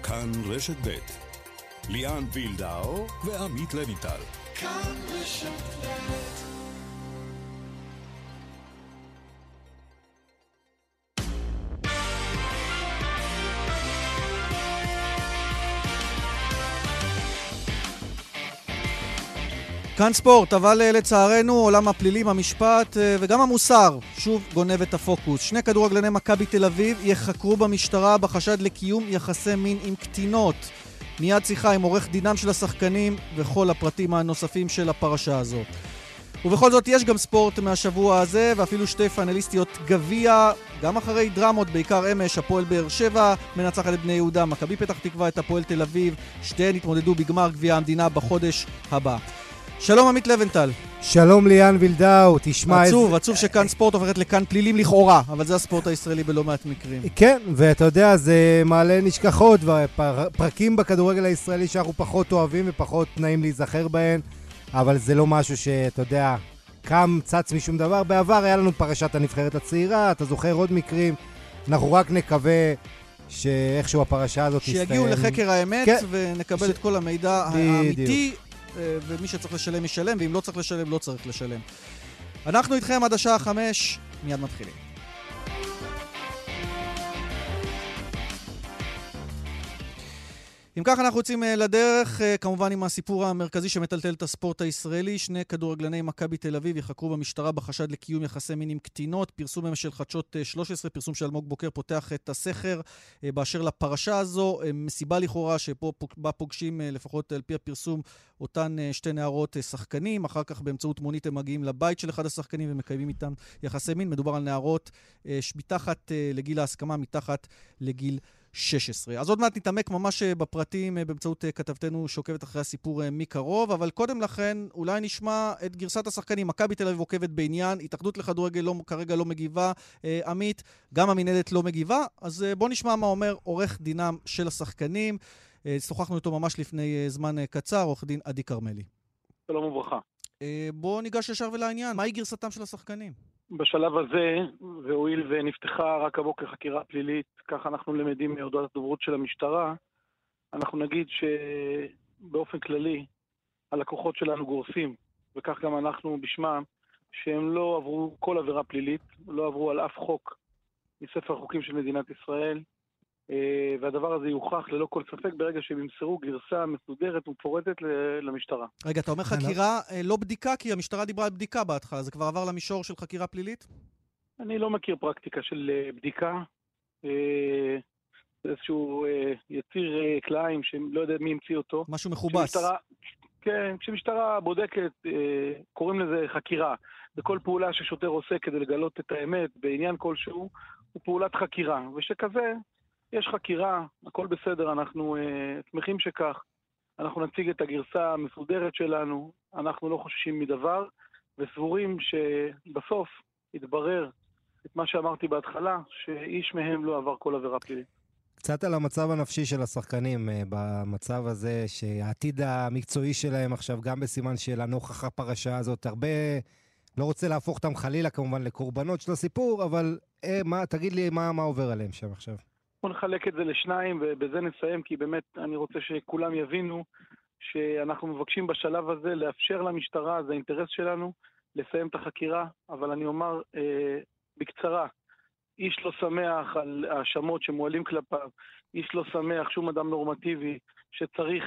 כאן רשת ב' ליאן וילדאו ועמית לויטל. כאן רשת ב'. כאן ספורט, אבל לצערנו עולם הפלילים, המשפט וגם המוסר שוב גונב את הפוקוס. שני כדורגלני מכבי תל אביב יחקרו במשטרה בחשד לקיום יחסי מין עם קטינות. מיד שיחה עם עורך דינם של השחקנים וכל הפרטים הנוספים של הפרשה הזאת. ובכל זאת יש גם ספורט מהשבוע הזה, ואפילו שתי פאנליסטיות גביע, גם אחרי דרמות, בעיקר אמש, הפועל באר שבע מנצחת את בני יהודה, מכבי פתח תקווה את הפועל תל אביב, שתיהן התמודדו בגמר גביע המדינה בחודש הבא. שלום עמית לבנטל. שלום ליאן וילדאו, תשמע עצוב שכאן ספורט הופכת לכאן פלילים לכאורה, אבל זה הספורט הישראלי בלא מעט מקרים. כן, ואתה יודע, זה מעלה נשכחות ופרקים בכדורגל הישראלי שאנחנו פחות אוהבים ופחות נעים להיזכר בהן, אבל זה לא משהו שאתה יודע, קם צץ משום דבר. בעבר היה לנו פרשת הנבחרת הצעירה, אתה זוכר עוד מקרים, אנחנו רק נקווה שאיכשהו הפרשה הזאת תסתיים. שיגיעו לחקר האמת, כן. ונקבל את כל המידע האמיתי. ומי שצריך לשלם ישלם, ואם לא צריך לשלם, לא צריך לשלם. אנחנו איתכם עד השעה 5, מיד מתחילים. אם כך אנחנו יוצאים לדרך, כמובן עם הסיפור המרכזי שמטלטל את הספורט הישראלי. שני כדורגלני מכבי תל אביב יחקרו במשטרה בחשד לקיום יחסי מין עם קטינות. פרסום של חדשות 13, פרסום של אלמוג בוקר פותח את הסכר באשר לפרשה הזו. מסיבה לכאורה שפה בה פוגשים, לפחות על פי הפרסום, אותן שתי נערות שחקנים. אחר כך באמצעות מונית הם מגיעים לבית של אחד השחקנים ומקיימים איתם יחסי מין. מדובר על נערות מתחת לגיל ההסכמה, מתחת לגיל 16. אז עוד מעט נתעמק ממש בפרטים באמצעות כתבתנו שעוקבת אחרי הסיפור מקרוב, אבל קודם לכן אולי נשמע את גרסת השחקנים. מכבי תל אביב עוקבת בעניין, התאחדות לכדורגל כרגע לא מגיבה, עמית, גם המנהלת לא מגיבה, אז בוא נשמע מה אומר עורך דינם של השחקנים. שוחחנו איתו ממש לפני זמן קצר, עורך דין עדי כרמלי. שלום וברכה. בוא ניגש ישר ולעניין, מהי גרסתם של השחקנים? בשלב הזה, והואיל ונפתחה רק הבוקר חקירה פלילית, כך אנחנו למדים מהודעת הדוברות של המשטרה, אנחנו נגיד שבאופן כללי הלקוחות שלנו גורסים, וכך גם אנחנו בשמם, שהם לא עברו כל עבירה פלילית, לא עברו על אף חוק מספר החוקים של מדינת ישראל, והדבר הזה יוכח ללא כל ספק ברגע שהם ימסרו גרסה מסודרת ומפורטת למשטרה. רגע, אתה אומר חקירה, לא בדיקה, כי המשטרה דיברה על בדיקה בהתחלה, זה כבר עבר למישור של חקירה פלילית? אני לא מכיר פרקטיקה של בדיקה, איזשהו יציר קלעים שלא יודע מי המציא אותו. משהו מחובס. כן, כשמשטרה בודקת, קוראים לזה חקירה. וכל פעולה ששוטר עושה כדי לגלות את האמת בעניין כלשהו, הוא פעולת חקירה. ושכזה, יש חקירה, הכל בסדר, אנחנו שמחים שכך. אנחנו נציג את הגרסה המסודרת שלנו, אנחנו לא חוששים מדבר, וסבורים שבסוף יתברר את מה שאמרתי בהתחלה, שאיש מהם לא עבר כל עבירה פלילית. קצת על המצב הנפשי של השחקנים במצב הזה, שהעתיד המקצועי שלהם עכשיו גם בסימן שאלה נוכח הפרשה הזאת, הרבה לא רוצה להפוך אותם חלילה כמובן לקורבנות של הסיפור, אבל תגיד לי מה עובר עליהם שם עכשיו. בוא נחלק את זה לשניים ובזה נסיים, כי באמת אני רוצה שכולם יבינו שאנחנו מבקשים בשלב הזה לאפשר למשטרה, זה האינטרס שלנו, לסיים את החקירה, אבל אני אומר בקצרה, איש לא שמח על האשמות שמועלים כלפיו, איש לא שמח, שום אדם נורמטיבי שצריך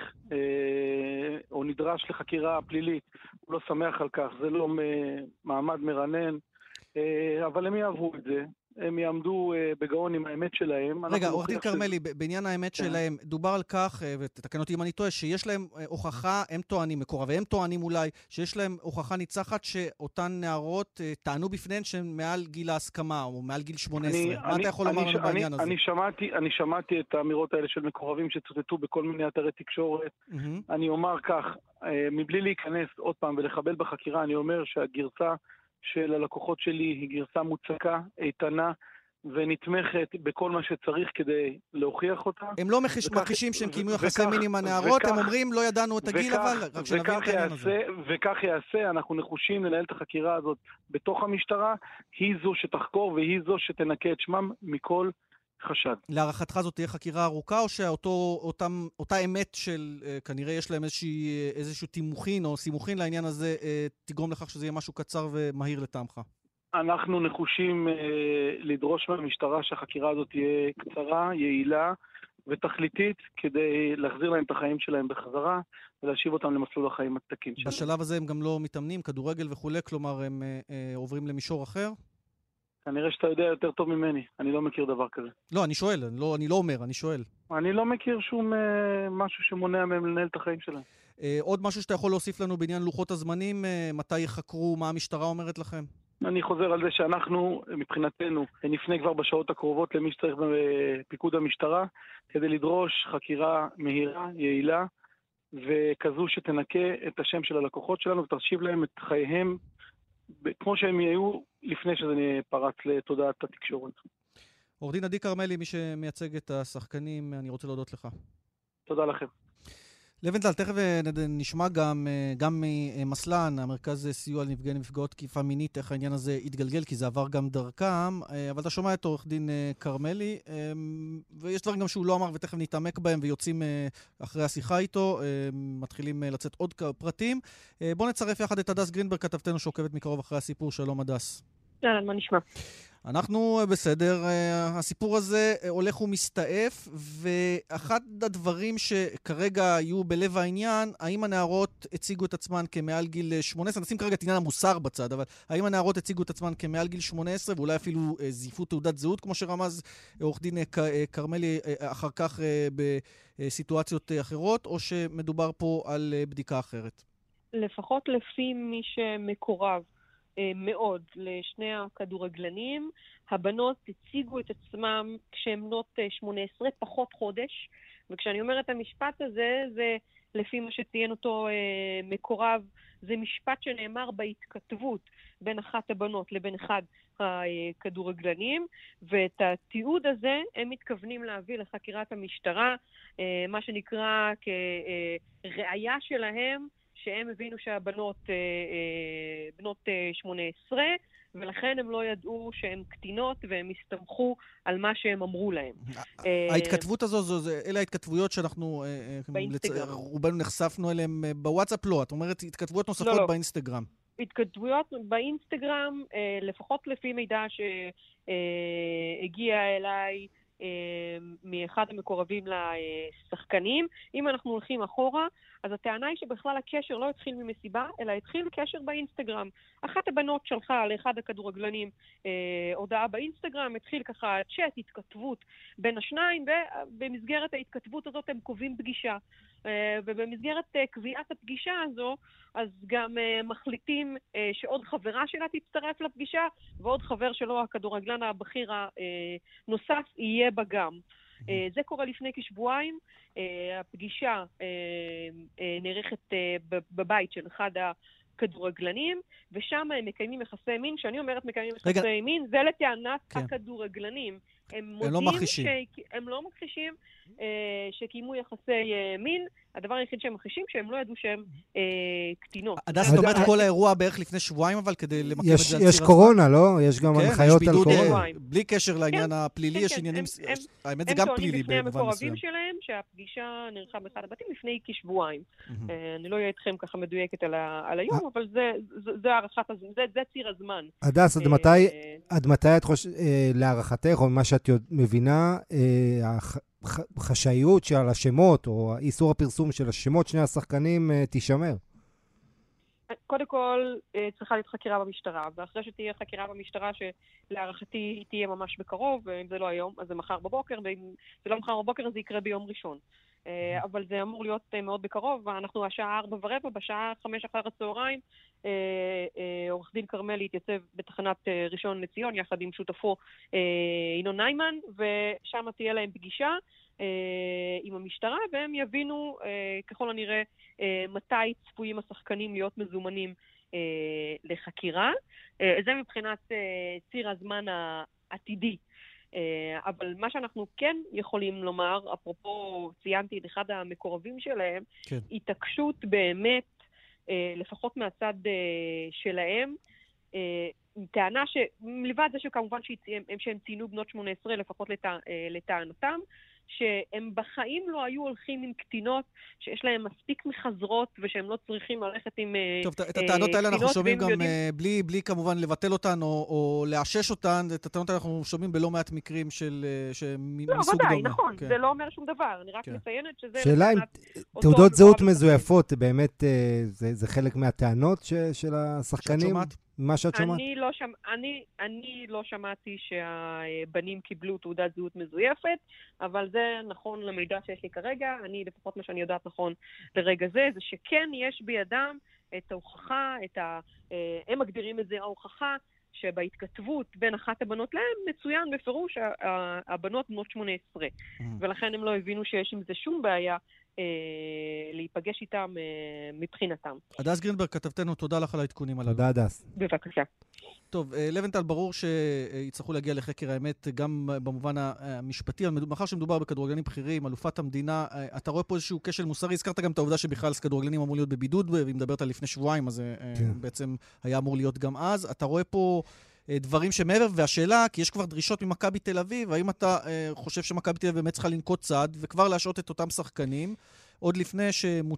או נדרש לחקירה פלילית, הוא לא שמח על כך, זה לא מעמד מרנן, אבל הם יעברו את זה. הם יעמדו בגאון עם האמת שלהם. רגע, עורך דין כרמלי, בעניין האמת שלהם, דובר על כך, ותקן אותי אם אני טועה, שיש להם הוכחה, הם טוענים מקורב, והם טוענים אולי, שיש להם הוכחה ניצחת שאותן נערות טענו בפניהן שהן מעל גיל ההסכמה, או מעל גיל 18. מה אתה יכול לומר לנו בעניין הזה? אני שמעתי את האמירות האלה של מקורבים שצוטטו בכל מיני אתרי תקשורת. אני אומר כך, מבלי להיכנס עוד פעם ולחבל בחקירה, אני אומר שהגרסה של הלקוחות שלי היא גרסה מוצקה, איתנה ונתמכת בכל מה שצריך כדי להוכיח אותה. הם לא מכחישים שהם קיימו יחסי מין עם הנערות, הם אומרים לא ידענו את הגיל, אבל רק שנבין את העניין הזה. וכך יעשה, אנחנו נחושים לנהל את החקירה הזאת בתוך המשטרה, היא זו שתחקור והיא זו שתנקה את שמם מכל חשד. להערכתך זאת תהיה חקירה ארוכה, או שאותה אמת של כנראה יש להם איזשהו תימוכין או סימוכין לעניין הזה, תגרום לכך שזה יהיה משהו קצר ומהיר לטעמך? אנחנו נחושים לדרוש מהמשטרה שהחקירה הזאת תהיה קצרה, יעילה ותכליתית, כדי להחזיר להם את החיים שלהם בחזרה, ולהשיב אותם למסלול החיים התקין שלהם. בשלב הזה הם גם לא מתאמנים, כדורגל וכו', כלומר הם עוברים למישור אחר? כנראה שאתה יודע יותר טוב ממני, אני לא מכיר דבר כזה. לא, אני שואל, אני לא אומר, אני שואל. אני לא מכיר שום משהו שמונע מהם לנהל את החיים שלהם. עוד משהו שאתה יכול להוסיף לנו בעניין לוחות הזמנים, מתי יחקרו, מה המשטרה אומרת לכם? אני חוזר על זה שאנחנו, מבחינתנו, נפנה כבר בשעות הקרובות למי שצריך בפיקוד המשטרה, כדי לדרוש חקירה מהירה, יעילה, וכזו שתנקה את השם של הלקוחות שלנו ותשיב להם את חייהם, כמו שהם היו לפני שזה פרץ לתודעת התקשורת. עורך דין עדי כרמלי, מי שמייצג את השחקנים, אני רוצה להודות לך. תודה לכם. לבנטל, תכף נשמע גם ממסלן, המרכז סיוע לנפגעי נפגעות תקיפה מינית, איך העניין הזה יתגלגל, כי זה עבר גם דרכם, אבל אתה שומע את עורך דין כרמלי, ויש דברים גם שהוא לא אמר ותכף נתעמק בהם ויוצאים אחרי השיחה איתו, מתחילים לצאת עוד פרטים. בוא נצרף יחד את הדס גרינברג, כתבתנו שעוקבת מקרוב אחרי הסיפור. שלום הדס. יאללה, מה נשמע? אנחנו בסדר, הסיפור הזה הולך ומסתעף, ואחד הדברים שכרגע היו בלב העניין, האם הנערות הציגו את עצמן כמעל גיל 18, נשים כרגע את עניין המוסר בצד, אבל האם הנערות הציגו את עצמן כמעל גיל 18, ואולי אפילו זיפו תעודת זהות, כמו שרמז עורך דין כרמלי אחר כך בסיטואציות אחרות, או שמדובר פה על בדיקה אחרת? לפחות לפי מי שמקורב מאוד לשני הכדורגלנים, הבנות הציגו את עצמם כשהן בנות 18 פחות חודש, וכשאני אומרת את המשפט הזה, זה לפי מה שציין אותו מקורב, זה משפט שנאמר בהתכתבות בין אחת הבנות לבין אחד הכדורגלנים, ואת התיעוד הזה הם מתכוונים להביא לחקירת המשטרה, מה שנקרא כראיה שלהם, שהם הבינו שהבנות בנות 18, ולכן הם לא ידעו שהן קטינות, והם הסתמכו על מה שהם אמרו להם. ההתכתבות הזו, אלה ההתכתבויות שאנחנו רובנו נחשפנו אליהם בוואטסאפ, לא. את אומרת, התכתבויות נוספות באינסטגרם. התכתבויות באינסטגרם, לפחות לפי מידע שהגיע אליי, מאחד המקורבים לשחקנים. אם אנחנו הולכים אחורה, אז הטענה היא שבכלל הקשר לא התחיל ממסיבה, אלא התחיל קשר באינסטגרם. אחת הבנות שלחה לאחד הכדורגלנים הודעה באינסטגרם, התחיל ככה צ'אט, התכתבות בין השניים, ובמסגרת ההתכתבות הזאת הם קובעים פגישה. ובמסגרת קביעת הפגישה הזו, אז גם מחליטים שעוד חברה שלה תצטרף לפגישה, ועוד חבר שלו, הכדורגלן הבכיר הנוסף, יהיה בה גם. זה קורה לפני כשבועיים. הפגישה נערכת בבית של אחד הכדורגלנים, ושם הם מקיימים יחסי מין. כשאני אומרת מקיימים יחסי מין, זה לטענת הכדורגלנים. הם לא מכחישים שקיימו יחסי מין. הדבר היחיד שהם מכחישים שהם לא ידעו שהם קטינות. הדס, זאת אומרת כל האירוע בערך לפני שבועיים, אבל כדי למקם את זה... יש קורונה, לא? יש גם הנחיות על קורונה. בלי קשר לעניין הפלילי, יש עניינים... האמת זה גם פלילי במובן מסוים. הם טוענים בפני המקורבים שלהם שהפגישה נערכה באחד הבתים לפני כשבועיים. אני לא אהיה איתכם ככה מדויקת על היום, אבל זה הערכת הזמן, זה ציר הזמן. הדס, עד מתי את חושבת, להערכתך, או מה שאת מבינה, חשאיות של השמות, או איסור הפרסום של השמות שני השחקנים תישמר? קודם כל, צריכה להיות חקירה במשטרה, ואחרי שתהיה חקירה במשטרה, שלהערכתי היא תהיה ממש בקרוב, אם זה לא היום, אז זה מחר בבוקר, ואם זה לא מחר בבוקר, זה יקרה ביום ראשון. אבל זה אמור להיות מאוד בקרוב, ואנחנו השעה 4:15, בשעה 5 אחר הצהריים, עורך דין כרמלי התייצב בתחנת ראשון לציון, יחד עם שותפו ינון ניימן, ושם תהיה להם פגישה עם המשטרה, והם יבינו ככל הנראה מתי צפויים השחקנים להיות מזומנים לחקירה. זה מבחינת ציר הזמן העתידי. אבל מה שאנחנו כן יכולים לומר, אפרופו ציינתי את אחד המקורבים שלהם, כן. התעקשות באמת, לפחות מהצד שלהם, טענה שמלבד זה שכמובן שהם ציינו בנות 18 לפחות לטענתם, שהם בחיים לא היו הולכים עם קטינות שיש להם מספיק מחזרות ושהם לא צריכים ללכת עם טוב, את הטענות האלה אנחנו שומעים גם בלי כמובן לבטל אותן או לאשש אותן, את הטענות האלה אנחנו שומעים בלא מעט מקרים מסוג דומה. לא, ודאי, נכון, זה לא אומר שום דבר, אני רק מציינת שזה... שאלה אם תעודות זהות מזויפות, באמת זה חלק מהטענות של השחקנים? מה שאת שומעת? אני לא שמעתי שהבנים קיבלו תעודת זהות מזויפת, אבל זה נכון למידע שיש לי כרגע, לפחות מה שאני יודעת נכון לרגע זה שכן יש בידם את ההוכחה, הם מגדירים את זה ההוכחה, שבהתכתבות בין אחת הבנות להם מצוין בפירוש הבנות בנות 18, ולכן הם לא הבינו שיש עם זה שום בעיה להיפגש איתם מבחינתם. הדס גרינברג, כתבתנו, תודה לך על העדכונים הללו. תודה, הדס. בבקשה. טוב, לבנטל, ברור שיצטרכו להגיע לחקר האמת גם במובן המשפטי, מאחר שמדובר בכדורגלנים בכירים, אלופת המדינה, אתה רואה פה איזשהו כשל מוסרי, הזכרת גם את העובדה שבכלל כדורגלנים אמור להיות בבידוד, והיא מדברת על לפני שבועיים, אז בעצם היה אמור להיות גם אז. אתה רואה פה דברים שמעבר, והשאלה, כי יש כבר דרישות ממכבי תל אביב, האם אתה חושב שמכבי תל אביב באמת צריכה לנקוט צעד, וכבר להשעות את אותם שחקנים, עוד לפני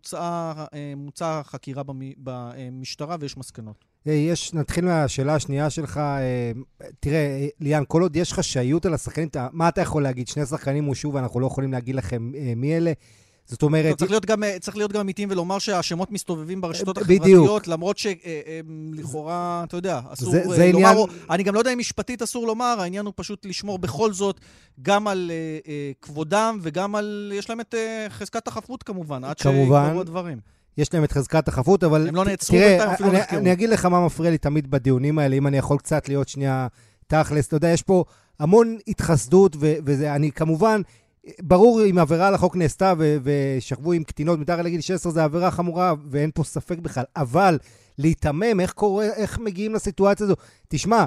שמוצאה חקירה במשטרה ויש מסקנות? נתחיל מהשאלה השנייה שלך. תראה, ליאן, כל עוד יש חשאיות על השחקנים, מה אתה יכול להגיד? שני שחקנים הושעו ואנחנו לא יכולים להגיד לכם מי אלה? זאת אומרת... צריך להיות גם אמיתיים ולומר שהשמות מסתובבים ברשתות החברתיות, למרות שלכאורה, אתה יודע, אסור לומר, אני גם לא יודע אם משפטית אסור לומר, העניין הוא פשוט לשמור בכל זאת גם על כבודם וגם על, יש להם את חזקת החפות כמובן, עד שיקרו הדברים. יש להם את חזקת החפות, אבל... הם לא נעצרו בינתיים, אפילו נחקרו. אני אגיד לך מה מפריע לי תמיד בדיונים האלה, אם אני יכול קצת להיות שנייה תכלס, אתה יודע, יש פה המון התחסדות, ואני כמובן... ברור אם עבירה על החוק נעשתה ושכבו עם קטינות מתחת לגיל 16 זה עבירה חמורה ואין פה ספק בכלל, אבל להתמם, איך מגיעים לסיטואציה הזו? תשמע,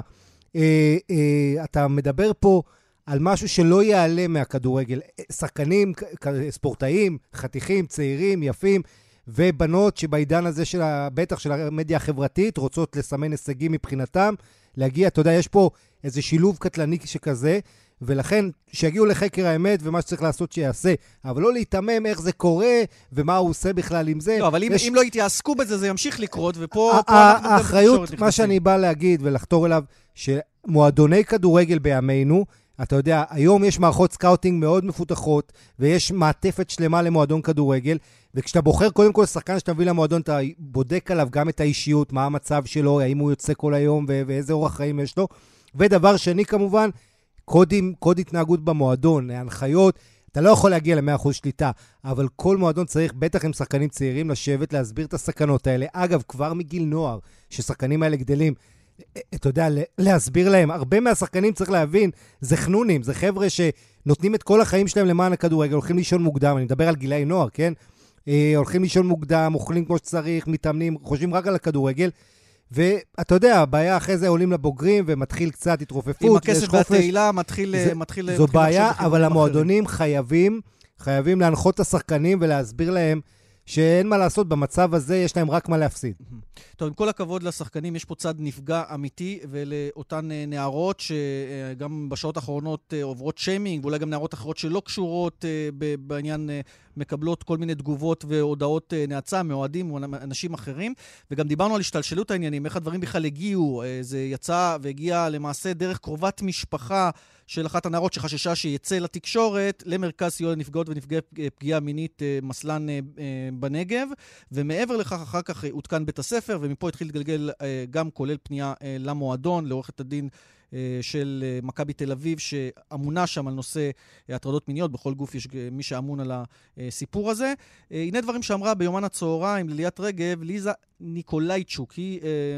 אתה מדבר פה על משהו שלא יעלה מהכדורגל, שחקנים, ספורטאים, חתיכים, צעירים, יפים, ובנות שבעידן הזה בטח של המדיה החברתית רוצות לסמן הישגים מבחינתם, להגיע, אתה יודע, יש פה איזה שילוב קטלני שכזה, ולכן שיגיעו לחקר האמת ומה שצריך לעשות שיעשה, אבל לא להתאמם איך זה קורה ומה הוא עושה בכלל עם זה. לא, אבל אם לא יתעסקו בזה זה ימשיך לקרות, ופה... האחריות, מה שאני בא להגיד ולחתור אליו, שמועדוני כדורגל בימינו, אתה יודע, היום יש מערכות סקאוטינג מאוד מפותחות, ויש מעטפת שלמה למועדון כדורגל, וכשאתה בוחר קודם כל שחקן שאתה מביא למועדון, אתה בודק עליו גם את האישיות, מה המצב שלו, האם הוא יוצא כל היום ואיזה אורח חיים יש לו. ודבר שני כמובן, קוד התנהגות במועדון, הנחיות, אתה לא יכול להגיע ל100% שליטה, אבל כל מועדון צריך, בטח עם שחקנים צעירים, לשבת, להסביר את הסכנות האלה. אגב, כבר מגיל נוער, ששחקנים האלה גדלים, אתה יודע, להסביר להם. הרבה מהשחקנים צריך להבין, זה חנונים, זה חבר'ה שנותנים את כל החיים שלהם למען הכדורגל, הולכים לישון מוקדם, אני מדבר על גילי נוער, כן? הולכים לישון מוקדם, אוכלים כמו שצריך, מתאמנים, חושבים רק על הכדורגל, ואתה יודע, הבעיה אחרי זה עולים לבוגרים ומתחיל קצת התרופפות. עם הכסף והתהילה מתחיל... זו בעיה, אבל המועדונים חייבים להנחות את השחקנים ולהסביר להם שאין מה לעשות, במצב הזה יש להם רק מה להפסיד. טוב, עם כל הכבוד לשחקנים, יש פה צד נפגע אמיתי, ולאותן נערות שגם בשעות האחרונות עוברות שיימינג, ואולי גם נערות אחרות שלא קשורות בעניין, מקבלות כל מיני תגובות והודעות נאצה, מאוהדים או אנשים אחרים, וגם דיברנו על השתלשלות העניינים, איך הדברים בכלל הגיעו, זה יצא והגיע למעשה דרך קרובת משפחה של אחת הנערות שחששה שיצא לתקשורת למרכז סיוע לנפגעות ונפגעי פגיעה מינית מסלן בנגב, ומעבר לכך אחר כך הותקן בית הספר, ומפה התחיל להתגלגל גם כולל פנייה למועדון, לעורכת הדין של מכבי תל אביב, שאמונה שם על נושא הטרדות מיניות, בכל גוף יש מי שאמון על הסיפור הזה. הנה דברים שאמרה ביומן הצהריים לליאת רגב, ליזה ניקולייצ'וק, היא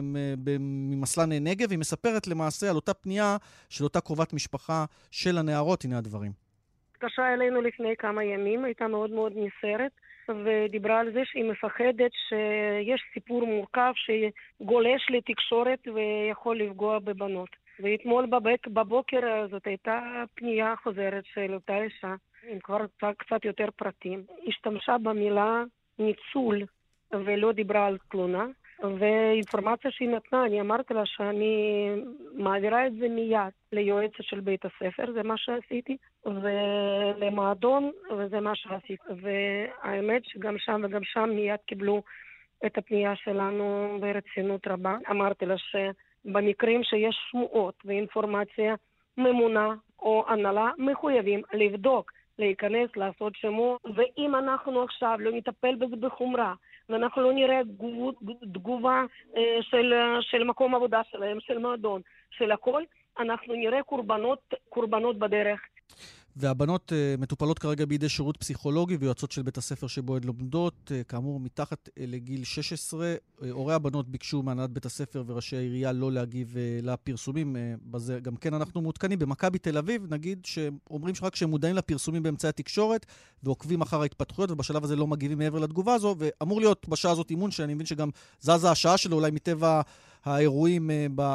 ממסלן נגב, היא מספרת למעשה על אותה פנייה של אותה קרובת משפחה של הנערות. הנה הדברים. התקשרה אלינו לפני כמה ימים, הייתה מאוד מאוד נסערת, ודיברה על זה שהיא מפחדת שיש סיפור מורכב שגולש לתקשורת ויכול לפגוע בבנות. ואתמול בבוקר זאת הייתה פנייה חוזרת של אותה אישה, עם כבר קצת יותר פרטים. השתמשה במילה ניצול ולא דיברה על תלונה. ואינפורמציה שהיא נתנה, אני אמרתי לה שאני מעבירה את זה מיד ליועצת של בית הספר, זה מה שעשיתי, ולמועדון, וזה מה שעשיתי. והאמת שגם שם וגם שם מיד קיבלו את הפנייה שלנו ברצינות רבה. אמרתי לה שבמקרים שיש שמועות ואינפורמציה ממונה או הנהלה מחויבים לבדוק, להיכנס, לעשות שימוע, ואם אנחנו עכשיו לא נטפל בזה בחומרה, ואנחנו לא נראה תגובה של מקום עבודה שלהם, של מועדון, של הכל, אנחנו נראה קורבנות בדרך. והבנות מטופלות כרגע בידי שירות פסיכולוגי ויועצות של בית הספר שבו הן לומדות, כאמור מתחת לגיל 16. הורי הבנות ביקשו מהנהלת בית הספר וראשי העירייה לא להגיב לפרסומים. בזה גם כן אנחנו מעודכנים. במכבי תל אביב נגיד שאומרים שרק שהם מודעים לפרסומים באמצעי התקשורת ועוקבים אחר ההתפתחויות, ובשלב הזה לא מגיבים מעבר לתגובה הזו, ואמור להיות בשעה הזאת אימון שאני מבין שגם זזה השעה שלו אולי מטבע האירועים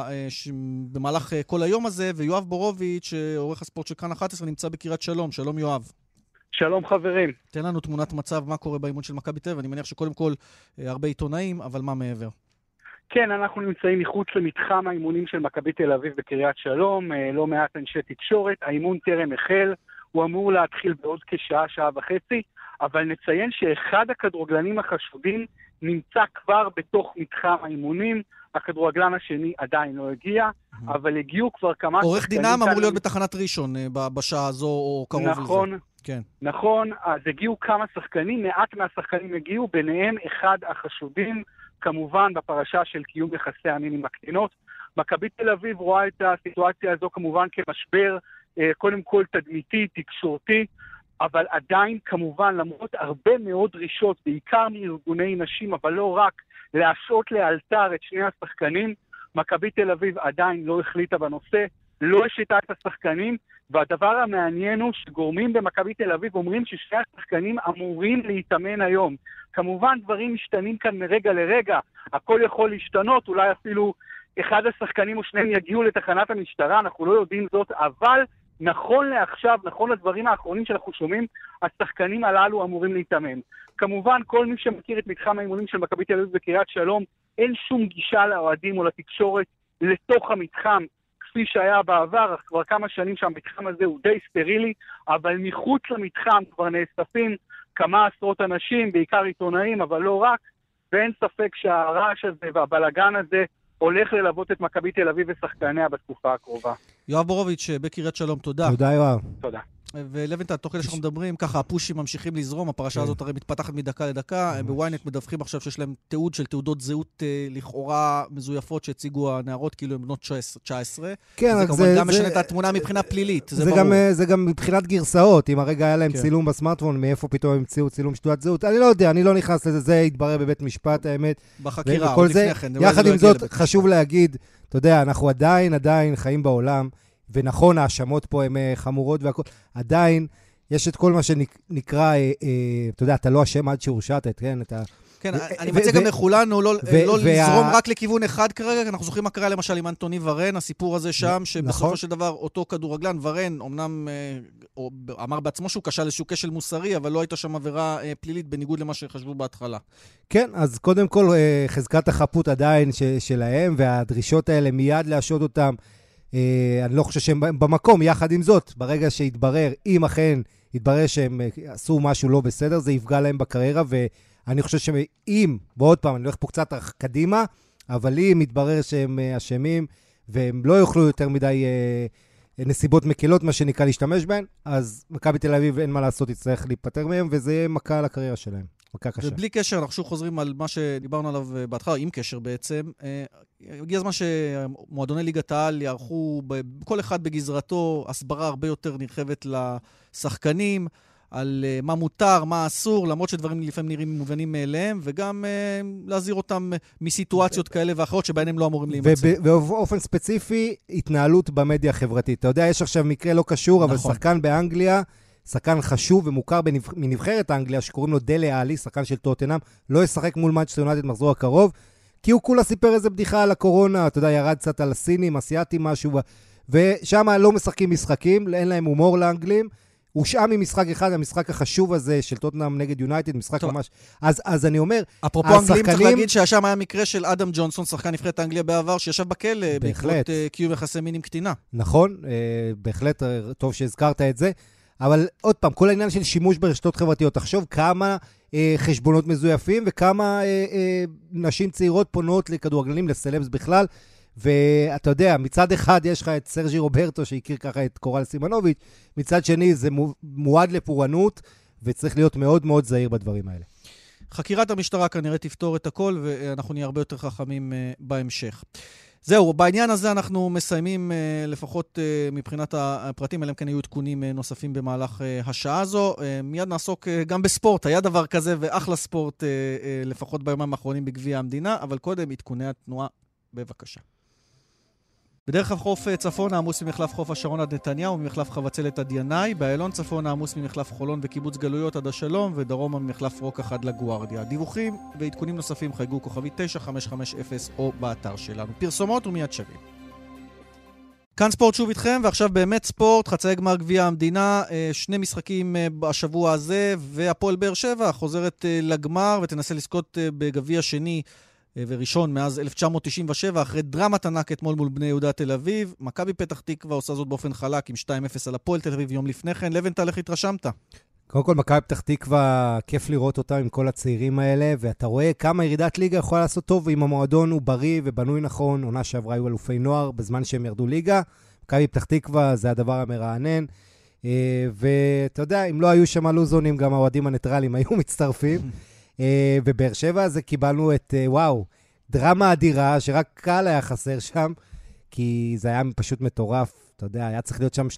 במהלך כל היום הזה, ויואב בורוביץ', עורך הספורט של כאן 11, נמצא בקריית שלום. שלום יואב. שלום חברים. תן לנו תמונת מצב, מה קורה באימון של מכבי תל אביב. אני מניח שקודם כל הרבה עיתונאים, אבל מה מעבר? כן, אנחנו נמצאים מחוץ למתחם האימונים של מכבי תל אביב בקריית שלום, לא מעט אנשי תקשורת, האימון טרם החל, הוא אמור להתחיל בעוד כשעה, שעה וחצי, אבל נציין שאחד הכדורגלנים החשודים נמצא כבר בתוך מתחם האימונים, הכדורגלן השני עדיין לא הגיע, אבל הגיעו כבר כמה... עורך דינם אמור להיות בתחנת ראשון בשעה הזו או קרוב לזה. נכון, כן. נכון, אז הגיעו כמה שחקנים, מעט מהשחקנים הגיעו, ביניהם אחד החשודים, כמובן בפרשה של קיום יחסי המין עם הקטינות. מכבי תל אביב רואה את הסיטואציה הזו כמובן כמשבר, קודם כל תדמיתי, תקשורתי, אבל עדיין כמובן למרות הרבה מאוד דרישות, בעיקר מארגוני נשים, אבל לא רק, להשעות לאלתר את שני השחקנים, מכבי תל אביב עדיין לא החליטה בנושא, לא השתה את השחקנים, והדבר המעניין הוא שגורמים במכבי תל אביב אומרים ששני השחקנים אמורים להתאמן היום. כמובן דברים משתנים כאן מרגע לרגע, הכל יכול להשתנות, אולי אפילו אחד השחקנים או שניהם יגיעו לתחנת המשטרה, אנחנו לא יודעים זאת, אבל נכון לעכשיו, נכון לדברים האחרונים שאנחנו שומעים, השחקנים הללו אמורים להתאמן. כמובן, כל מי שמכיר את מתחם האימונים של מכבי תל אביב בקריית שלום, אין שום גישה לאוהדים או לתקשורת לתוך המתחם, כפי שהיה בעבר, כבר כמה שנים שהמתחם הזה הוא די סטרילי, אבל מחוץ למתחם כבר נאספים כמה עשרות אנשים, בעיקר עיתונאים, אבל לא רק, ואין ספק שהרעש הזה והבלגן הזה הולך ללוות את מכבי תל אביב ושחקניה בתקופה הקרובה. יואב בורוביץ' בקריית שלום, תודה. תודה יואב. תודה. ולוינטל, תוך כדי שאנחנו מדברים, ככה הפושים ממשיכים לזרום, הפרשה הזאת הרי מתפתחת מדקה לדקה, בוויינט מדווחים עכשיו שיש להם תיעוד של תעודות זהות לכאורה מזויפות שהציגו הנערות, כאילו הם בנות 19. כן, זה כמובן גם משנה את התמונה מבחינה פלילית, זה ברור. זה גם מבחינת גרסאות, אם הרגע היה להם צילום בסמארטפון, מאיפה פתאום המציאו צילום שתועת זהות, אני לא יודע, אני לא נכנס לזה, זה יתברר בבית משפט, האמת. בחקירה, או לפני כן. יחד עם זאת, חשוב להגיד, אתה יודע, אנחנו עדיין חיים בעולם, ונכון, האשמות פה הן חמורות והכל, עדיין יש את כל מה שנקרא, אתה יודע, אתה לא אשם עד שהורשעת, כן? כן, אני מציע גם לכולנו לא לזרום רק לכיוון אחד כרגע, אנחנו זוכרים מה קרה למשל עם אנטוני ורן, הסיפור הזה שם, שבסופו של דבר אותו כדורגלן ורן, אמנם אמר בעצמו שהוא קשה לאיזשהו כשל מוסרי, אבל לא הייתה שם עבירה פלילית בניגוד למה שחשבו בהתחלה. כן, אז קודם כל חזקת החפות עדיין שלהם, והדרישות האלה מיד להשעות אותם, אני לא חושב שהם במקום, יחד עם זאת, ברגע שהתברר, אם אכן התברר שהם עשו משהו לא בסדר, זה יפגע להם בקריירה, ואני חושב שאם, ועוד פעם, אני הולך פה קצת קדימה, אבל אם יתברר שהם אשמים, והם לא יוכלו יותר מדי נסיבות מקלות, מה שנקרא להשתמש בהן, אז מכבי תל אביב אין מה לעשות, יצטרך להיפטר מהם, וזה יהיה מכה על הקריירה שלהם. ובלי קשר, אנחנו שוב חוזרים על מה שדיברנו עליו בהתחלה, עם קשר בעצם. הגיע הזמן שמועדוני ליגת העל יערכו כל אחד בגזרתו הסברה הרבה יותר נרחבת לשחקנים, על מה מותר, מה אסור, למרות שדברים לפעמים נראים מובנים מאליהם, וגם להזהיר אותם מסיטואציות כאלה ואחרות שבהן הם לא אמורים להימצא. ובאופן ספציפי, התנהלות במדיה החברתית. אתה יודע, יש עכשיו מקרה לא קשור, אבל שחקן באנגליה, שחקן חשוב ומוכר מנבחרת אנגליה, שקוראים לו דלה אלי, שחקן של טוטנהאם, לא ישחק מול מנצ'סטר יונייטד מחזור הקרוב, כי הוא כולה סיפר איזה בדיחה על הקורונה, אתה יודע, ירד קצת על הסינים, אסיאטים, משהו, ושם לא משחקים משחקים, אין להם הומור לאנגלים, הושעה ממשחק אחד, המשחק החשוב הזה של טוטנהאם נגד יונייטד, משחק ממש... אז אני אומר, אפרופו אנגלים, צריך להגיד שהשם היה מקרה של אדם ג'ונסון, שחקן נבחרת אנגליה בעבר, שישב בכלא בעקבות קיום יחסי מין עם קטינה. נכון, בהחלט טוב שהזכרת את זה, אבל עוד פעם, כל העניין של שימוש ברשתות חברתיות, תחשוב כמה חשבונות מזויפים, וכמה נשים צעירות פונות לכדורגלנים, לסלבס בכלל, ואתה יודע, מצד אחד יש לך את סרג'י רוברטו, שהכיר ככה את קורל סימנוביץ', מצד שני זה מועד לפורענות, וצריך להיות מאוד מאוד זהיר בדברים האלה. חקירת המשטרה כנראה תפתור את הכל, ואנחנו נהיה הרבה יותר חכמים בהמשך. זהו, בעניין הזה אנחנו מסיימים לפחות מבחינת הפרטים, אלא אם כן היו עדכונים נוספים במהלך השעה הזו. מיד נעסוק גם בספורט, היה דבר כזה ואחלה ספורט, לפחות ביומיים האחרונים בגביע המדינה, אבל קודם עדכוני התנועה, בבקשה. בדרך החוף צפון העמוס ממחלף חוף השרון עד נתניה וממחלף חבצלת עד ינאי, באיילון צפון העמוס ממחלף חולון וקיבוץ גלויות עד השלום, ודרומה ממחלף רוקח עד לגוארדיה. דיווחים ועדכונים נוספים חייגו כוכבי 9550 או באתר שלנו. פרסומות ומיד שווים. כאן ספורט שוב איתכם, ועכשיו באמת ספורט, חצאי גמר גביע המדינה, שני משחקים בשבוע הזה, והפועל באר שבע חוזרת לגמר ותנסה לזכות בגביע שני וראשון מאז 1997, אחרי דרמת ענק אתמול מול בני יהודה תל אביב. מכבי פתח תקווה עושה זאת באופן חלק עם 2-0 על הפועל תל אביב יום לפני כן. לבנטל, איך התרשמת? קודם כל, מכבי פתח תקווה, כיף לראות אותם עם כל הצעירים האלה, ואתה רואה כמה ירידת ליגה יכולה לעשות טוב, אם המועדון הוא בריא ובנוי נכון. עונה שעברה היו אלופי נוער בזמן שהם ירדו ליגה. מכבי פתח תקווה זה הדבר המרענן. ואתה יודע, אם לא היו שם לוזונים, גם האוהדים הניטרליים היו מצטרפים. ובאר שבע זה קיבלנו את, וואו, דרמה אדירה, שרק קהל היה חסר שם, כי זה היה פשוט מטורף. אתה יודע, היה צריך להיות שם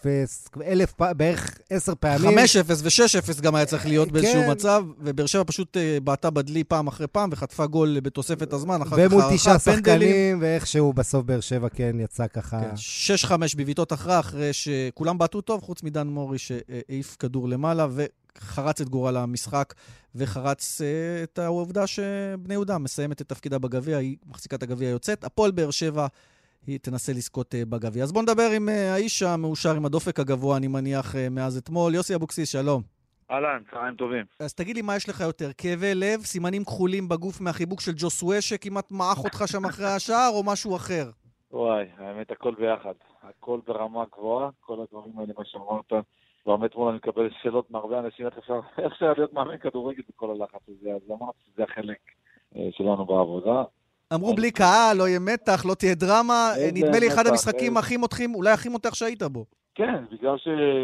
2-0, בערך 10 פעמים. 5-0 ו-6-0 גם היה צריך להיות באיזשהו מצב, ובאר שבע פשוט בעטה בדלי פעם אחרי פעם, וחטפה גול בתוספת הזמן, ומול 9 שחקנים, ואיכשהו בסוף באר שבע כן יצא ככה. 6-5 בביתות אחרי שכולם בעטו טוב, חוץ מדן מורי שהעיף כדור למעלה, וחרץ את גורל המשחק, וחרץ את העובדה שבני יהודה מסיימת את תפקידה בגביע, היא מחזיקת הגביע יוצאת. הפועל באר שבע היא תנסה לזכות בגביע. אז בוא נדבר עם האיש המאושר עם הדופק הגבוה, אני מניח, מאז אתמול. יוסי אבוקסיס, שלום. אהלן, צהריים טובים. אז תגיד לי מה יש לך יותר, כאבי לב, סימנים כחולים בגוף מהחיבוק של ג'וסווה שכמעט מעך אותך שם אחרי השער, או משהו אחר? וואי, האמת, הכל ביחד. הכל ברמה גבוהה, כל הדברים האלה מה שאמרת. באמת אתמול אני מקבל שאלות מהרבה אנשים, איך אפשר להיות מאמן כדורגל בכל הלחץ הזה, אז אמרתי שזה החלק שלנו בעבודה. אמרו בלי קהל, לא יהיה מתח, לא תהיה דרמה. נדמה לי אחד המשחקים הכי מותחים, אולי הכי מותח שהיית בו. כן, בגלל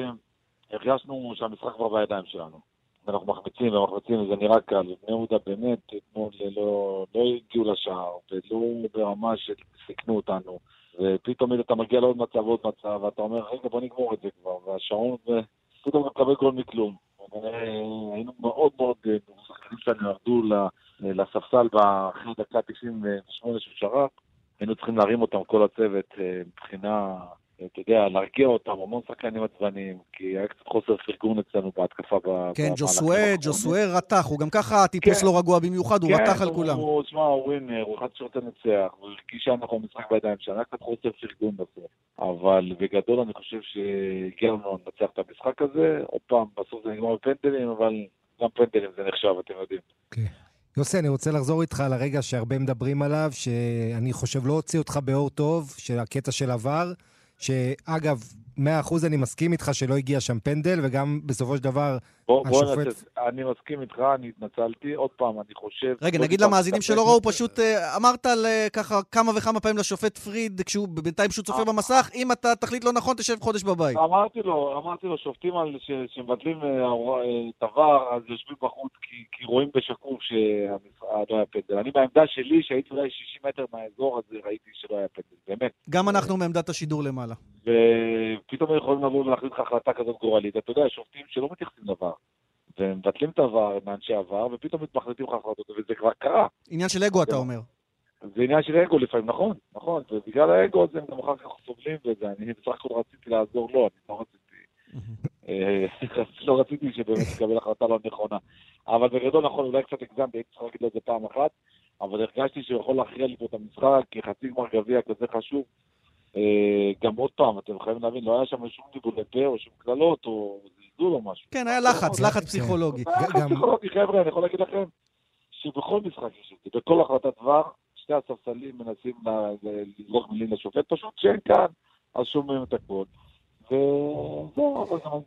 שהרגשנו שהמשחק כבר בידיים שלנו. אנחנו מחמיצים וזה נראה קל. בני יהודה באמת, אתמול לא הגיעו לשער, ולא ברמה שסיכנו אותנו. ופתאום אתה מגיע לעוד מצב, ואתה אומר, רגע, בוא נגמור את זה כבר. והשעון, פתאום אתה מקבל גול מכלום. היינו מאוד מאוד שחקנים שלנו ירדו לספסל אחרי דקה 98 של שרק, היינו צריכים להרים אותם כל הצוות מבחינה, אתה יודע, להרגיע אותם, המון שחקנים עצבניים, כי היה קצת חוסר פרגון אצלנו בהתקפה. כן, ג'וסווה רתח, הוא גם ככה טיפוס לא רגוע במיוחד, הוא רתח על כולם. כן, תשמע, הוא ווינר, הוא אחד שרוצה לנצח, הוא הרגיש שאנחנו משחק בידיים שלנו, היה קצת חוסר פרגון בסוף. אבל בגדול אני חושב שהגיע לנו לנצח את המשחק הזה, עוד פעם, בסוף זה נגמר בפנדלים, אבל גם פנדלים זה נחשב, אתם יודעים. כן. יוסי, אני רוצה לחזור איתך לרגע שהרבה מדברים עליו, שאני חושב לא הוציא אותך באור טוב, שהקטע של עבר, שאגב, 100% אני מסכים איתך שלא הגיע שם פנדל, וגם בסופו של דבר השופט... אני מסכים איתך, אני התנצלתי, עוד פעם, אני חושב... רגע, נגיד למאזינים שלא ראו, פשוט אמרת ככה כמה וכמה פעמים לשופט פריד, כשהוא בינתיים פשוט צופה במסך, אם אתה תחליט לא נכון, תשב חודש בבית. אמרתי לו, שופטים על שמבטלים את עבר, אז יושבים בחוץ, כי רואים בשקוף שלא היה פנדל. אני בעמדה שלי, שהייתי אולי 60 מטר מהאזור, אז ראיתי שלא היה פנדל, באמת. גם אנחנו מעמדת השידור למעלה. ופתאום יכולים לבוא ולהחליט לך החלטה כזאת גורלית. אתה יודע, שופטים שלא מתייחסים דבר, ומבטלים את העבר, מאנשי עבר, ופתאום מתמחליטים לך החלטות, וזה כבר קרה. עניין של אגו, אתה אומר. זה עניין של אגו לפעמים, נכון, ובגלל האגו הזה הם גם אחר כך סובלים בזה. אני בסך הכל רציתי לעזור לו, אני לא רציתי שבאמת תקבל החלטה לא נכונה. אבל בגדול נכון, אולי קצת הגזמתי, הייתי צריך להגיד לו את זה פעם אחת, אבל הרגשתי שהוא יכול להכריע לי פה את המשחק, כי חצי גמר גביע כזה חשוב. גם עוד פעם, אתם חייבים להבין, לא היה שם שום דיבולי פה או שום כללות, או עשו לו משהו. כן, היה לחץ פסיכולוגי. פסיכולוגי, חבר'ה, אני יכול להגיד לכם שבכל משחק יש את זה, בכל החלטת דבר, שתי הספסלים מנסים לזרוק מילים לשופט, פשוט שאין כאן, אז שומעים את הכל. וזהו,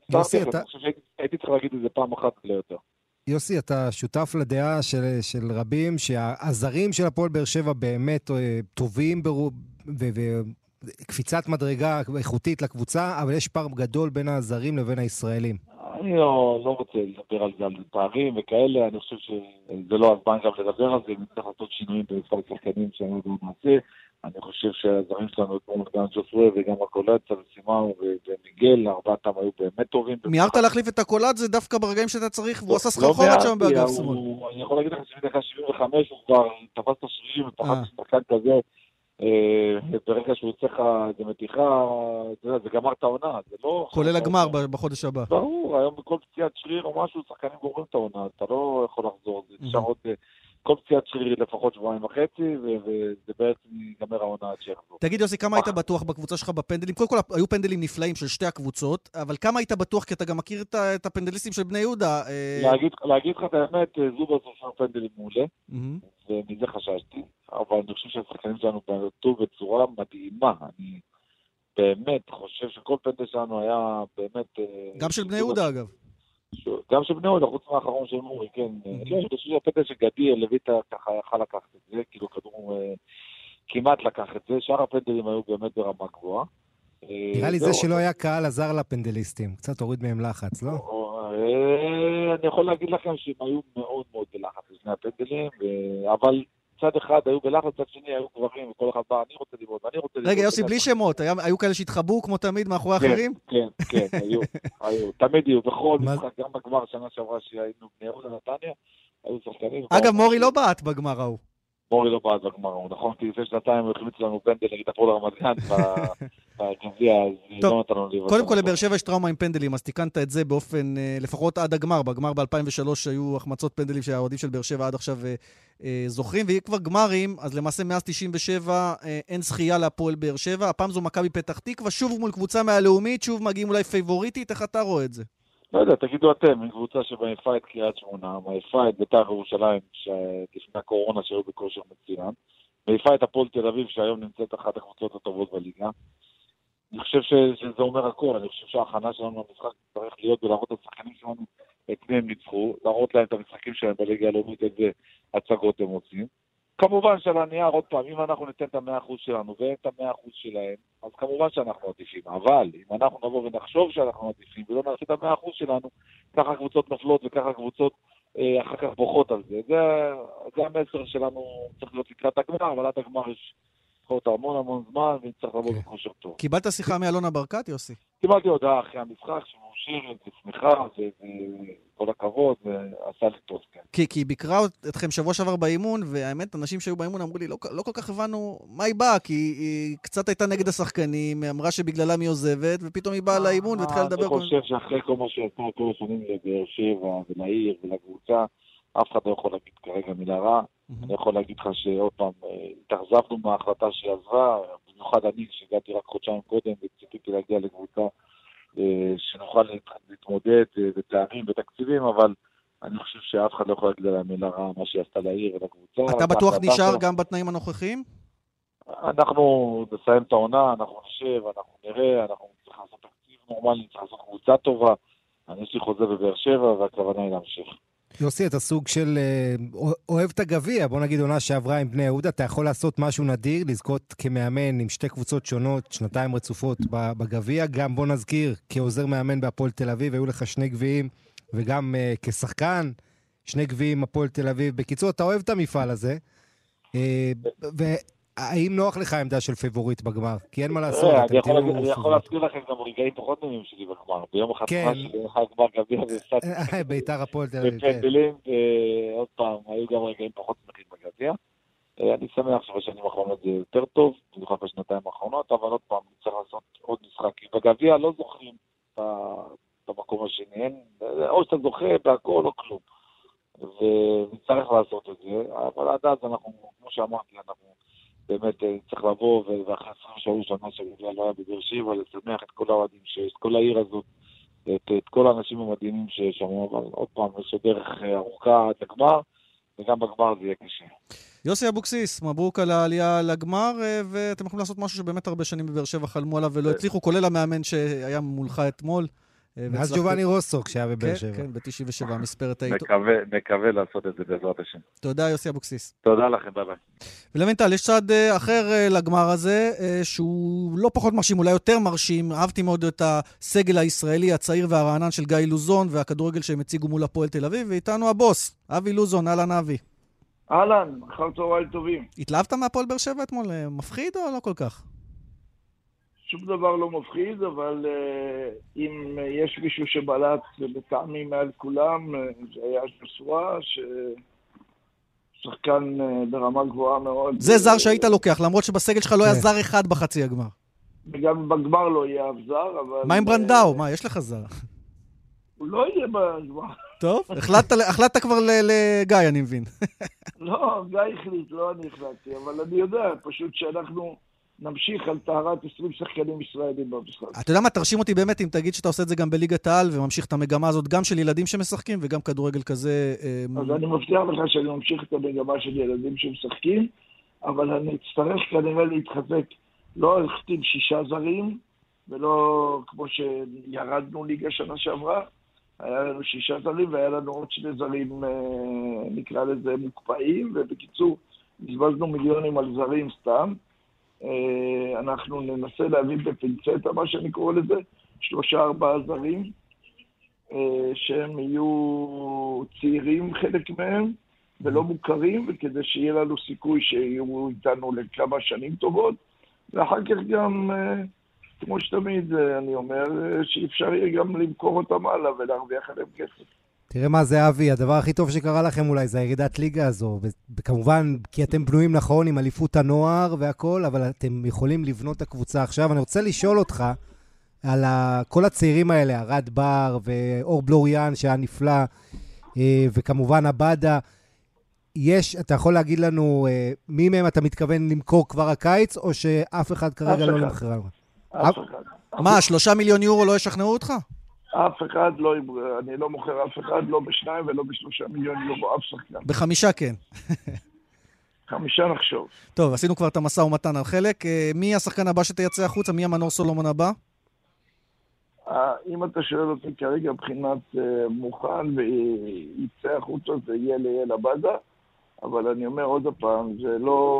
הייתי צריך להגיד את זה פעם אחת ליותר. יוסי, אתה שותף לדעה של רבים שהזרים של הפועל באר שבע באמת טובים וקפיצת מדרגה איכותית לקבוצה, אבל יש פער גדול בין הזרים לבין הישראלים. אני לא רוצה לדבר על זה, על פערים וכאלה, אני חושב שזה לא הזמן גם לדבר על זה, נצטרך לעשות שינויים במספר שחקנים שאני לא נעשה. אני חושב שהזרים שלנו, כמו גם ג'וסווה וגם הקולאצה וסימאו ומיגל, ארבעתם היו באמת טובים. מיהרת להחליף את הקולאצ, זה דווקא ברגעים שאתה צריך, והוא עשה סחרחורת שם באגף שמאל. אני יכול להגיד לך שבדקה 75 הוא כבר תפס את השרירים, ותחת שחקן כזה, ברגע שהוא צריך איזה מתיחה, זה גמר את העונה, זה לא... כולל הגמר בחודש הבא. ברור, היום בכל פציעת שריר או משהו, שחקנים גומרים את העונה, אתה לא יכול לחזור, זה נשאר עוד... כל פציעת שריר לפחות 2.5 וזה בעצם ייגמר העונה עד שיחזור. תגיד יוסי, כמה היית בטוח בקבוצה שלך בפנדלים? קודם כל היו פנדלים נפלאים של שתי הקבוצות, אבל כמה היית בטוח, כי אתה גם מכיר את הפנדליסטים של בני יהודה? להגיד לך את האמת, זובה עושה פנדלים מעולה, ומזה חששתי, אבל אני חושב שהשחקנים שלנו פעלו בצורה מדהימה. אני באמת חושב שכל פנדל שלנו היה באמת... גם של בני יהודה אגב. גם של בני יהודה, חוץ מהאחרון של מורי, כן. אני חושב שהפנדל שגדי לויטה ככה יכל לקחת את זה, כאילו כדור כמעט לקח את זה, שאר הפנדלים היו באמת ברמה גבוהה. נראה לי זה שלא היה קהל עזר לפנדליסטים, קצת הוריד מהם לחץ, לא? אני יכול להגיד לכם שהם היו מאוד מאוד בלחץ לפני הפנדלים, אבל צד אחד היו בלחץ, צד שני היו גברים, וכל אחד בא, אני רוצה לראות, אני רוצה לראות. רגע, יוסי, בלי שמות, היו כאלה שהתחבאו כמו תמיד מאחורי אחרים? כן, היו, תמיד היו, בכל משחק, גם בגמר שנה שעברה שהיינו בני יהודה נתניה, היו שחקנים. אגב, מורי לא בעט בגמר ההוא. מורי לא בעט בגמר ההוא, נכון? כי לפני שנתיים הוא החמיץ לנו פנדל נגד הפועל רמת גן בגביע, אז לא נתנו לי. קודם כל לבאר שבע יש טראומה עם פנדלים, אז תיקנת את זה באופן, לפחות עד הגמר. בגמר ב-2003 היו החמצות פנדלים שהאוהדים של באר שבע עד עכשיו זוכרים, ויהיה כבר גמרים, אז למעשה מאז 97 אין זכייה להפועל באר שבע. הפעם זו מכבי פתח תקווה, שוב מול קבוצה מהלאומית, שוב מגיעים אולי פייבוריטית, איך אתה רואה את זה? לא יודע, תגידו אתם, קבוצה שמעיפה את קריית שמונה, מעיפה את בית"ר ירושלים, שלפני הקורונה שהיו בכושר מצוין, מעיפה את הפועל תל אביב, שהיום נמצאת אחת הקבוצות הטובות בליגה. אני חושב שזה אומר הכל, אני חושב שההכנה שלנו למשחק צריך להיות ולהראות את השחקנים שלנו את מי הם ניצחו, להראות להם את המשחקים שלהם בליגה הלאומית, איזה הצגות הם עושים. כמובן שעל הנייר, עוד פעם, אם אנחנו ניתן את 100% שלנו ואת 100% שלהם, אז כמובן שאנחנו עדיפים. אבל אם אנחנו נבוא ונחשוב שאנחנו עדיפים ולא נעשה את 100% שלנו, ככה קבוצות נופלות וככה קבוצות אחר כך בוכות על זה. זה המסר שלנו, צריך להיות לקראת הגמר, אבל עד הגמר יש עוד המון זמן ונצטרך לבוא בכושר טוב. קיבלת שיחה מאלונה ברקת, יוסי? קיבלתי הודעה אחרי המשחק שמאושרת, ושמחה, וכל הכבוד, ועשה לי טוב, כן. כי ביקרה אתכם שבוע שעבר באימון, והאמת, אנשים שהיו באימון אמרו לי, לא כל כך הבנו מה היא באה, כי היא קצת הייתה נגד השחקנים, אמרה שבגללם היא עוזבת, ופתאום היא באה לאימון והתחילה לדבר. אני חושב שאחרי כל מה שעשתה כל השנים לבאר שבע ולעיר ולקבוצה, אף אחד לא יכול להגיד כרגע מילה רע. אני יכול להגיד לך שעוד פעם, התאכזבנו מההחלטה שהיא עזבה, במיוחד אני שהגעתי רק חודשיים קודם וציפיתי להגיע לקבוצה שנוכל להתמודד בתארים ותקציבים, אבל אני חושב שאף אחד לא יכול להגיד לה מילה רע מה שהיא עשתה לעיר ולקבוצה. אתה בטוח נשאר גם בתנאים הנוכחיים? אנחנו נסיים את העונה, אנחנו נשב, אנחנו נראה, אנחנו צריכים לעשות תקציב נורמלי, צריכים לעשות קבוצה טובה. אני יש לי חוזה בבאר שבע והכוונה היא להמשיך. יוסי, אתה סוג של אוהב את הגביע, בוא נגיד עונה שעברה עם בני יהודה, אתה יכול לעשות משהו נדיר, לזכות כמאמן עם שתי קבוצות שונות, שנתיים רצופות בגביע, גם בוא נזכיר, כעוזר מאמן בהפועל תל אביב, היו לך 2 גביעים, וגם כשחקן, 2 גביעים הפועל תל אביב. בקיצור, אתה אוהב את המפעל הזה, האם נוח לך העמדה של פייבוריט בגמר? כי אין מה לעשות. אני יכול להזכיר לכם גם רגעים פחות נעימים שלי בגמר. ביום החתמה שלי, הגמר גביע והפסדתי. בית"ר הפועל תל אביב. בפנדלים, ועוד פעם, היו גם רגעים פחות שמחים בגביע. אני שמח שבשנים האחרונות זה יותר טוב, במיוחד בשנתיים האחרונות, אבל עוד פעם, צריך לעשות עוד משחק. כי בגביע לא זוכרים את המקום השני. או שאתה זוכה בהכל או כלום. ונצטרך לעשות את זה. אבל עד אז אנחנו, כמו שאמרתי, אנחנו באמת צריך לבוא, ואחרי 23 שנה שגביע לא היה בבאר שבע, לשמח את כל האוהדים, את כל העיר הזאת, את כל האנשים המדהימים ששמעו, אבל עוד פעם, יש דרך ארוכה עד לגמר, וגם בגמר זה יהיה קשה. יוסי אבוקסיס, מברוק על העלייה לגמר, ואתם יכולים לעשות משהו שבאמת הרבה שנים בבאר שבע חלמו עליו ולא הצליחו, כולל המאמן שהיה מולך אתמול. אז ג'ובאני רוסו כשהיה בבאר שבע. כן, ב-97, מספרת העיתו. מקווה לעשות את זה בעזרת השם. תודה, יוסי אבוקסיס. תודה לכם, ביי ביי. ולמנטל, יש צד אחר לגמר הזה, שהוא לא פחות מרשים, אולי יותר מרשים. אהבתי מאוד את הסגל הישראלי, הצעיר והרענן של גיא לוזון, והכדורגל שהם הציגו מול הפועל תל אביב, ואיתנו הבוס, אבי לוזון, אהלן אבי. אהלן, אחר צהריים טובים. התלהבת מהפועל באר שבע אתמול? מפחיד או לא כל כך? שום דבר לא מפחיד, אבל אם יש מישהו שבלט לטעמי מעל כולם, זה היה ז'וסווה, ששחקן ברמה גבוהה מאוד. זה זר שהיית לוקח, למרות שבסגל שלך לא היה זר אחד בחצי הגמר. וגם בגמר לא יהיה אף זר, אבל... מה עם ברנדאו? מה, יש לך זר? הוא לא יהיה בגמר. טוב, החלטת כבר לגיא, אני מבין. לא, גיא החליט, לא אני החלטתי, אבל אני יודע, פשוט שאנחנו נמשיך על טהרת 20 שחקנים ישראלים במשחק. אתה יודע מה, תרשים אותי באמת אם תגיד שאתה עושה את זה גם בליגת העל, וממשיך את המגמה הזאת גם של ילדים שמשחקים, וגם כדורגל כזה... אז אני מבטיח לך שאני ממשיך את המגמה של ילדים שמשחקים, אבל אני אצטרך כנראה להתחזק, לא להחתים 6 זרים, ולא כמו שירדנו ליגה שנה שעברה, היה לנו 6 זרים, והיה לנו עוד 2 זרים, נקרא לזה, מוקפאים, ובקיצור, נזבזנו מיליונים על זרים סתם. אנחנו ננסה להביא בפינצטה, מה שאני קורא לזה, 3-4 זרים, שהם יהיו צעירים חלק מהם, ולא מוכרים, וכדי שיהיה לנו סיכוי שיהיו איתנו לכמה שנים טובות, ואחר כך גם... כמו שתמיד אני אומר, שאפשר יהיה גם למכור אותם הלאה ולהרוויח עליהם כסף. תראה מה זה אבי, הדבר הכי טוב שקרה לכם אולי זה הירידת ליגה הזו, וכמובן כי אתם בנויים נכון עם אליפות הנוער והכל, אבל אתם יכולים לבנות את הקבוצה עכשיו. אני רוצה לשאול אותך על כל הצעירים האלה, ארד בר ואור בלוריאן שהיה נפלא, וכמובן הבאדה, אתה יכול להגיד לנו מי מהם אתה מתכוון למכור כבר הקיץ, או שאף אחד כרגע לא למכר? אף אחד. מה, 3 מיליון יורו לא ישכנעו אותך? אף אחד לא, אני לא מוכר אף אחד, לא ב2 ולא ב3 מיליון יורו, אף שחקן. ב5 כן. 5 נחשוב. טוב, עשינו כבר את המשא ומתן על חלק. מי השחקן הבא שתייצא החוצה? מי המנור סולומון הבא? אם אתה שואל אותי כרגע מבחינת מוכן ויצא החוצה, זה יהיה ליאל הבאדה, אבל אני אומר עוד הפעם, זה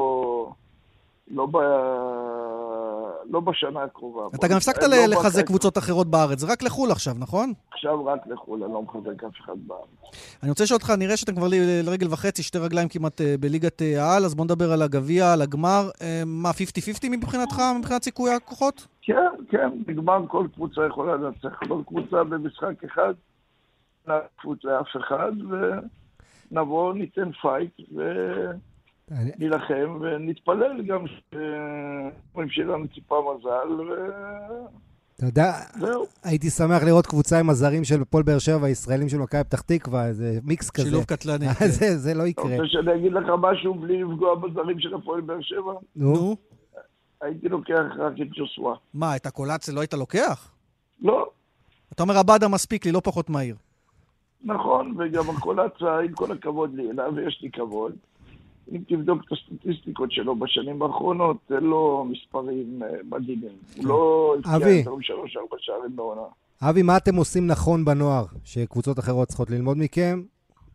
לא בשנה הקרובה. אתה גם הפסקת לחזק קבוצות אחרות בארץ, זה רק לחול עכשיו, נכון? עכשיו רק לחול, אני לא מחזק אף אחד בארץ. אני רוצה לשאול אותך, נראה שאתם כבר לרגל וחצי, 2 רגליים כמעט בליגת העל, אז בוא נדבר על הגביע, על הגמר. מה, 50-50 מבחינתך, מבחינת סיכוי הכוחות? כן, בגמר כל קבוצה יכולה לנצח, כל קבוצה במשחק אחד, נעפות לאף אחד, ונבוא, ניתן פייט, נלחם ונתפלל גם שיהיה לנו ציפה מזל אתה יודע, הייתי שמח לראות קבוצה עם הזרים של הפועל באר שבע והישראלים של מכבי פתח תקווה, זה מיקס כזה. שילוב קטלני. זה לא יקרה. אתה רוצה שאני אגיד לך משהו בלי לפגוע בזרים של הפועל באר שבע? נו. הייתי לוקח רק את ז'וסווה. מה, את הקולציה לא היית לוקח? לא. אתה אומר הבאדה מספיק לי, לא פחות מהיר. נכון, וגם הקולציה, עם כל הכבוד לי אליו, ויש לי כבוד. אם תבדוק את הסטטיסטיקות שלו בשנים האחרונות, זה לא מספרים מדהימים. הוא לא הבקיע יותר 3-4 שערים בעונה. אבי, מה אתם עושים נכון בנוער, שקבוצות אחרות צריכות ללמוד מכם?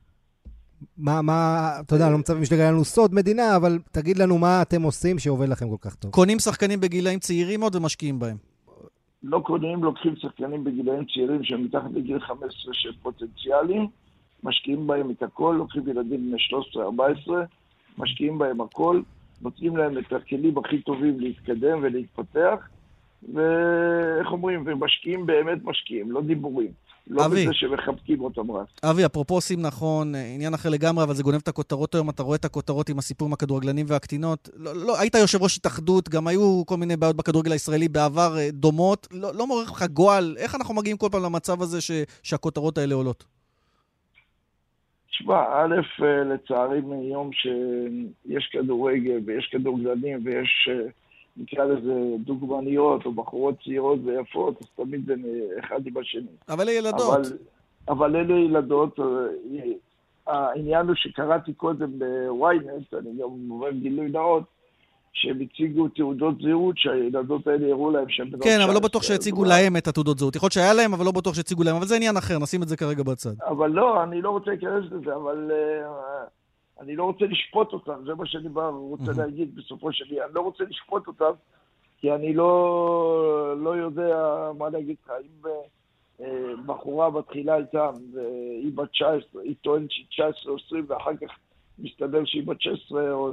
אתה יודע, לא מצבים שתגלה לנו סוד מדינה, אבל תגיד לנו מה אתם עושים שעובד לכם כל כך טוב. קונים שחקנים בגילאים צעירים עוד ומשקיעים בהם. לא קונים, לוקחים שחקנים בגילאים צעירים שהם מתחת לגיל 15 של פוטנציאלים, משקיעים בהם את הכל, לוקחים ילדים מ-13-14, משקיעים בהם הכל, נותנים להם את הכלים הכי טובים להתקדם ולהתפתח, ואיך אומרים, ומשקיעים באמת משקיעים, לא דיבורים. לא בזה שמחבקים אותם רק. אבי, אפרופו עושים נכון, עניין אחר לגמרי, אבל זה גונב את הכותרות היום, אתה רואה את הכותרות עם הסיפור עם הכדורגלנים והקטינות. לא, היית יושב ראש התאחדות, גם היו כל מיני בעיות בכדורגל הישראלי בעבר דומות. לא מעורר לך גועל, איך אנחנו מגיעים כל פעם למצב הזה שהכותרות האלה עולות? תשמע, א', לצערי מיום שיש כדורגל ויש כדורגלנים ויש נקרא לזה דוגמניות או בחורות צעירות ויפות, אז תמיד זה אחד עם השני. אבל אלה ילדות. אבל אלה ילדות, העניין הוא שקראתי קודם בוויינט, אני גם אומר גילוי נאות, שהם הציגו תעודות זהות, שהילדות האלה הראו להם שהם בנות 19. כן, אבל לא בטוח שהציגו להם את התעודות זהות. יכול להיות שהיה להם, אבל לא בטוח שהציגו להם. אבל זה עניין אחר, נשים את זה כרגע בצד. אבל לא, אני לא רוצה להיכנס לזה, אבל אני לא רוצה לשפוט אותם, זה מה שאני רוצה להגיד בסופו של דבר. אני לא רוצה לשפוט אותם, כי אני לא יודע מה להגיד לך. אם בחורה בתחילה איתם, והיא בת 19, היא טוענת שהיא 19 או 20, ואחר כך מסתבר שהיא בת 16, או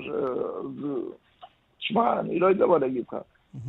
תשמע, אני לא יודע מה להגיד לך.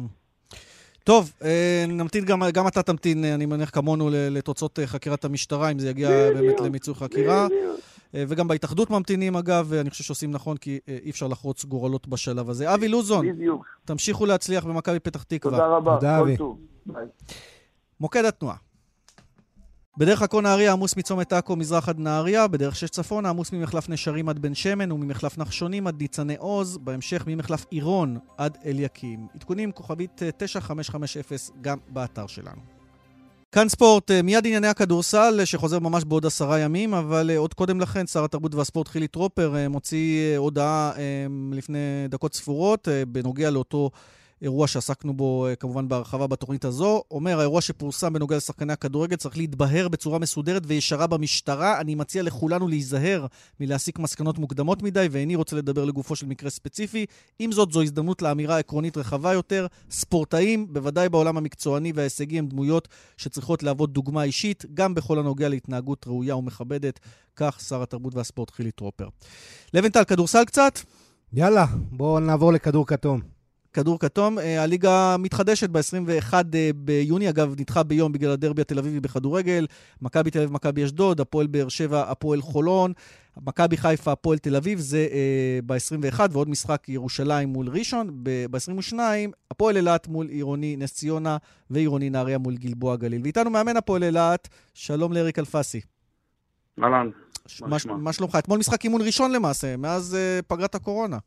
טוב, נמתין, גם אתה תמתין, אני מניח כמונו, לתוצאות חקירת המשטרה, אם זה יגיע באמת למיצוי חקירה. וגם בהתאחדות ממתינים, אגב, ואני חושב שעושים נכון, כי אי אפשר לחרוץ גורלות בשלב הזה. אבי לוזון, תמשיכו להצליח במכבי פתח תקווה. תודה רבה, כל טוב. ביי. מוקד התנועה. בדרך עכו נהריה עמוס מצומת עכו מזרח עד נהריה, בדרך 6 צפונה עמוס ממחלף נשרים עד בן שמן וממחלף נחשונים עד ניצני עוז, בהמשך ממחלף עירון עד אליקים. עדכונים כוכבית 9550 גם באתר שלנו. כאן ספורט, מיד ענייני הכדורסל שחוזר ממש בעוד 10 ימים, אבל עוד קודם לכן שר התרבות והספורט חילי טרופר מוציא הודעה לפני דקות ספורות בנוגע לאותו אירוע שעסקנו בו כמובן בהרחבה בתוכנית הזו. אומר, האירוע שפורסם בנוגע לשחקני הכדורגל צריך להתבהר בצורה מסודרת וישרה במשטרה. אני מציע לכולנו להיזהר מלהסיק מסקנות מוקדמות מדי, ואיני רוצה לדבר לגופו של מקרה ספציפי. עם זאת, זו הזדמנות לאמירה עקרונית רחבה יותר. ספורטאים, בוודאי בעולם המקצועני וההישגי, הם דמויות שצריכות להוות דוגמה אישית, גם בכל הנוגע להתנהגות ראויה ומכבדת. כך שר התרבות והספורט חילי טרופר. לבנטל, כדורסל קצת? יאללה, בואו נעבור לכדור כתום. כדור כתום, הליגה מתחדשת ב-21 ביוני, אגב נדחה ביום בגלל הדרבי התל אביבי בכדורגל, מכבי תל אביב, מכבי אשדוד, הפועל באר שבע, הפועל חולון, מכבי חיפה, הפועל תל אביב, זה ב-21, ועוד משחק ירושלים מול ראשון, ב-22, הפועל אילת מול עירוני נס ציונה, ועירוני נהריה מול גלבוע גליל. ואיתנו מאמן הפועל אילת, שלום לאריק אלפסי. אהלן. מה שלומך? אתמול משחק אימון ראשון למעשה, מאז פגרת הקורונה.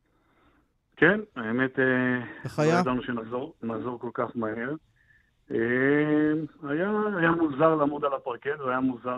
כן, האמת, לא ידענו שנחזור כל כך מהר. היה מוזר לעמוד על הפרקט, והיה מוזר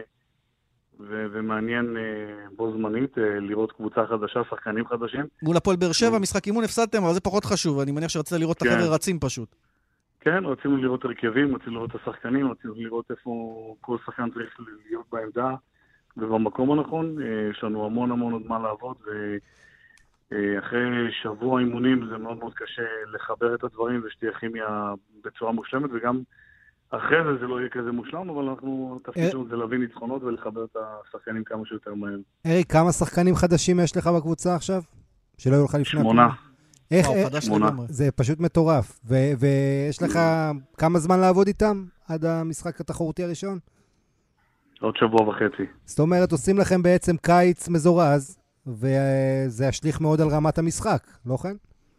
ומעניין בו זמנית לראות קבוצה חדשה, שחקנים חדשים. מול הפועל באר שבע, משחק אימון הפסדתם, אבל זה פחות חשוב, אני מניח שרצית לראות את החבר'ה רצים פשוט. כן, רצינו לראות הרכבים, רצינו לראות את השחקנים, רצינו לראות איפה כל שחקן צריך להיות בעמדה ובמקום הנכון. יש לנו המון עוד מה לעבוד, אחרי שבוע אימונים זה מאוד מאוד קשה לחבר את הדברים ושתהיה כימיה בצורה מושלמת, וגם אחרי זה לא יהיה כזה מושלם, אבל אנחנו תפקידנו זה להביא ניצחונות ולחבר את השחקנים כמה שיותר מהר. אריק, כמה שחקנים חדשים יש לך בקבוצה עכשיו? שלא יהיו לך לפני... 8. איך? 8. זה פשוט מטורף. ויש לך כמה זמן לעבוד איתם עד המשחק התחרותי הראשון? עוד שבוע וחצי. זאת אומרת, עושים לכם בעצם קיץ מזורז, וזה ישליך מאוד על רמת המשחק, לא כן?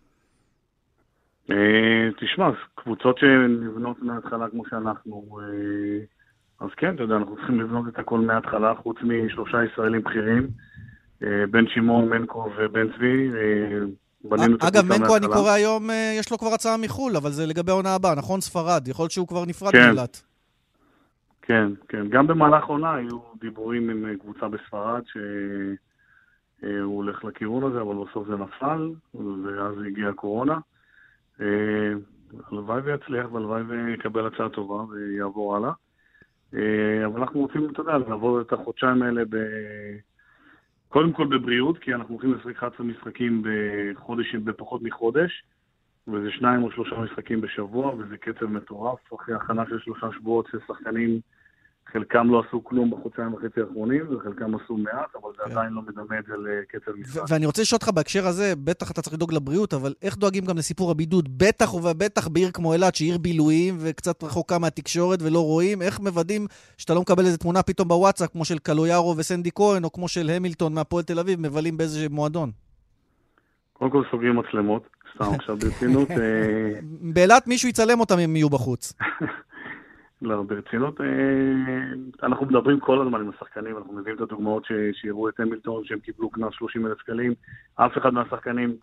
תשמע, קבוצות שנבנות מההתחלה כמו שאנחנו, אז כן, אתה יודע, אנחנו צריכים לבנות את הכל מההתחלה, חוץ מ3 ישראלים בכירים, בן שמעון, מנקו ובן צבי, בנינו את הקבוצה מההתחלה. אגב, מנקו אני קורא היום, יש לו כבר הצעה מחול, אבל זה לגבי העונה הבאה, נכון? ספרד, יכול להיות שהוא כבר נפרד מאילת. כן, כן, גם במהלך עונה היו דיבורים עם קבוצה בספרד, הוא הולך לכיוון הזה, אבל בסוף זה נפל, ואז הגיעה הקורונה. הלוואי ויצליח, והלוואי ויקבל הצעה טובה ויעבור הלאה. אבל אנחנו רוצים, אתה יודע, לעבור את החודשיים האלה קודם כל בבריאות, כי אנחנו הולכים לשחק 11 משחקים בפחות מחודש, וזה 2 או 3 משחקים בשבוע, וזה קצב מטורף, אחרי הכנה של 3 שבועות ששחקנים חלקם לא עשו כלום בחודשיים וחצי האחרונים, וחלקם עשו מעט, אבל זה עדיין לא מדמה את זה לקצב משחק. ואני רוצה לשאול אותך בהקשר הזה, בטח אתה צריך לדאוג לבריאות, אבל איך דואגים גם לסיפור הבידוד? בטח ובטח בעיר כמו אילת, שהיא עיר בילויים וקצת רחוקה מהתקשורת ולא רואים, איך מוודאים שאתה לא מקבל איזו תמונה פתאום בוואטסאפ, כמו של קלויארו וסנדי כהן, או כמו של המילטון מהפועל תל אביב, מבלים באיזה מועדון? קודם כל סוגרים מצלמות, סתם עכשיו ברצינות. באילת מישהו יצלם אותם אם יהיו בחוץ. לא, ברצינות, אנחנו מדברים כל הזמן עם השחקנים, אנחנו מביאים את הדוגמאות שיראו את המילטון, שהם קיבלו קנס 30,000 שקלים, אף אחד מהשחקנים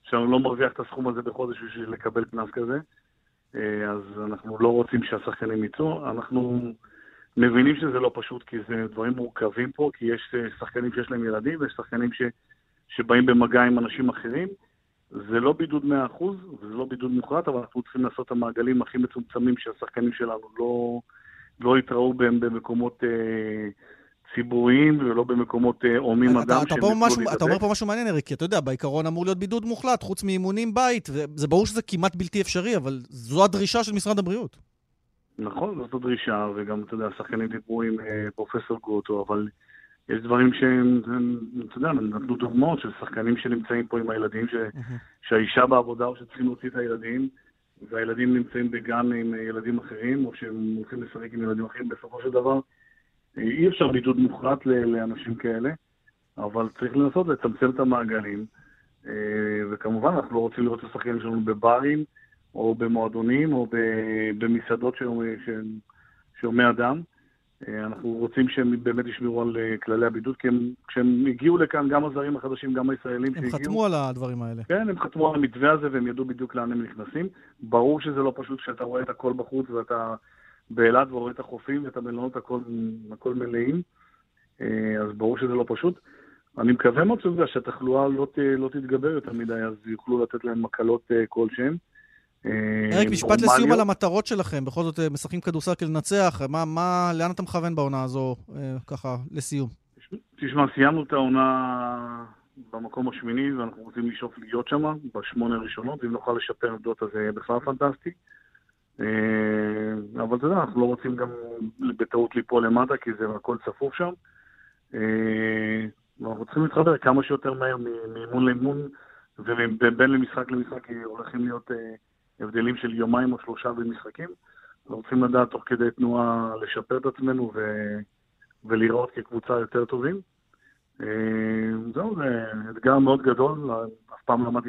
שאני לא מרוויח את הסכום הזה בחודש בשביל לקבל קנס כזה. אז אנחנו לא רוצים שהשחקנים יצאו. אנחנו מבינים שזה לא פשוט, כי זה דברים מורכבים פה, כי יש שחקנים שיש להם ילדים, ויש שחקנים שבאים במגע עם אנשים אחרים. זה לא בידוד 100%, וזה לא בידוד מוחלט, אבל אנחנו צריכים לעשות את המעגלים הכי מצומצמים שהשחקנים שלנו לא יתראו בהם במקומות ציבוריים, ולא במקומות עומים אדם. אתה אומר פה משהו מעניין, אריק, כי אתה יודע, בעיקרון אמור להיות בידוד מוחלט, חוץ מאימונים בית, וזה ברור שזה כמעט בלתי אפשרי, אבל זו הדרישה של משרד הבריאות. נכון, זאת הדרישה, וגם, אתה יודע, השחקנים דיברו עם פרופסור גרוטו, אבל יש דברים שהם, אתה יודע, נתנו דוגמאות של שחקנים שנמצאים פה עם הילדים, שהאישה בעבודה או שצריכים להוציא את הילדים, והילדים נמצאים בגן עם ילדים אחרים, או שהם הולכים לשחק עם ילדים אחרים. בסופו של דבר, אי אפשר בידוד מוחלט לאנשים כאלה, אבל צריך לנסות לצמצם את המעגלים, וכמובן אנחנו לא רוצים לראות את השחקנים שלנו בברים, או במועדונים, או במסעדות שעומי אדם. אנחנו רוצים שהם באמת ישמרו על כללי הבידוד, כי כשהם הגיעו לכאן, גם הזרים החדשים, גם הישראלים שהגיעו... הם חתמו על הדברים האלה. כן, הם חתמו על המתווה הזה, והם ידעו בדיוק לאן הם נכנסים. ברור שזה לא פשוט שאתה רואה את הכל בחוץ, ואתה באילת ורואה את החופים, ואת המלונות, הכל מלאים. אז ברור שזה לא פשוט. אני מקווה מאוד שהתחלואה לא תתגבר יותר מדי, אז יוכלו לתת להם מקלות כלשהם. אריק, משפט לסיום על המטרות שלכם. בכל זאת, משחקים כדורסל לנצח. לאן אתה מכוון בעונה הזו, ככה, לסיום? תשמע, סיימנו את העונה במקום השמיני, ואנחנו רוצים לשאוף להיות שם, ב8 הראשונות. אם נוכל לשפר עמדות, אז זה יהיה בכלל פנטסטי. אבל אתה יודע, אנחנו לא רוצים גם בטעות ליפול למטה, כי זה הכל צפוף שם. אנחנו צריכים להתחבר כמה שיותר מהר מאימון לאימון, ובין למשחק למשחק הולכים להיות הבדלים של יומיים או 3 במשחקים. אנחנו צריכים לדעת תוך כדי תנועה לשפר את עצמנו ולראות כקבוצה יותר טובים. זהו, זה אתגר מאוד גדול. אף פעם למדתי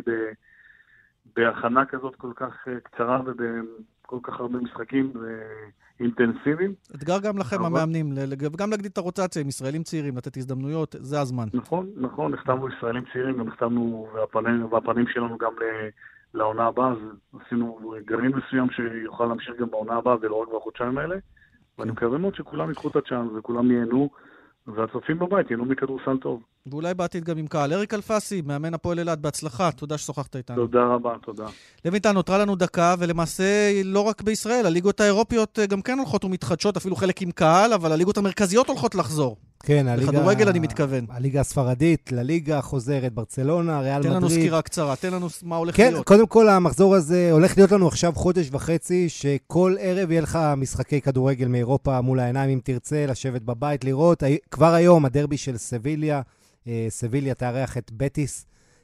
בהכנה כזאת כל כך קצרה ובכל כך הרבה משחקים אינטנסיביים. אתגר גם לכם המאמנים, וגם להגדיל את הרוטציה עם ישראלים צעירים, לתת הזדמנויות, זה הזמן. נכון, נחתמנו ישראלים צעירים, גם נחתמנו, והפנים שלנו גם לעונה הבאה, אז עשינו גרעין מסוים שיוכל להמשיך גם בעונה הבאה, ולא רק בחודשיים האלה, ואני מקווה מאוד שכולם יקחו את הצ'אנס, וכולם ייהנו, והצופים בבית ייהנו מכדורסל טוב. ואולי בעתיד גם עם קהל. אריק אלפסי, מאמן הפועל אילת, בהצלחה, תודה ששוחחת איתנו. תודה רבה, תודה. לוינטל, נותרה לנו דקה, ולמעשה לא רק בישראל, הליגות האירופיות גם כן הולכות ומתחדשות, אפילו חלק עם קהל, אבל הליגות המרכזיות הולכות לחזור. כן, בכדורגל אני מתכוון. הליגה הספרדית, לליגה חוזרת, ברצלונה, ריאל מדריד. תן לנו סקירה קצרה, תן לנו מה הולך כן, להיות. קודם כל המחזור הזה הולך להיות לנו עכשיו חודש וחצי, שכל ערב יהיה לך משחקי כדורגל מאירופה מול העיניים, אם תרצה לשבת בבית, לראות. כבר היום הדרבי של סביליה, סביליה תארח את בטיס,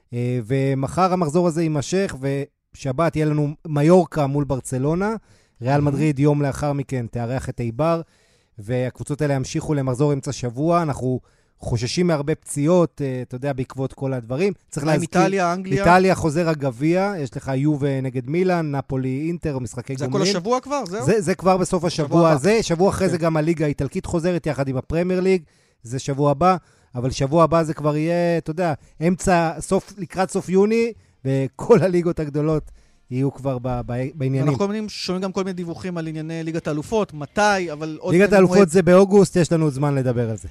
ומחר המחזור הזה יימשך, ושבת יהיה לנו מיורקה מול ברצלונה, ריאל מדריד יום לאחר מכן תארח את איבר, והקבוצות האלה ימשיכו למחזור אמצע שבוע. אנחנו חוששים מהרבה פציעות, אתה יודע, בעקבות כל הדברים. צריך להזכיר, איטליה, אנגליה. איטליה חוזר הגביע, יש לך יובה נגד מילאן, נפולי, אינטר, משחקי גומלין. זה כל השבוע כבר? זהו? זה כבר בסוף השבוע הזה. שבוע אחרי זה גם הליגה האיטלקית חוזרת יחד עם הפרמייר ליג, זה שבוע הבא, אבל שבוע הבא זה כבר יהיה, אתה יודע, לקראת סוף יוני, וכל הליגות הגדולות יהיו כבר בעניינים. אנחנו שומעים גם כל מיני דיווחים על ענייני ליגת האלופות, מתי, אבל עוד... ליגת האלופות זה באוגוסט, יש לנו זמן לדבר על זה.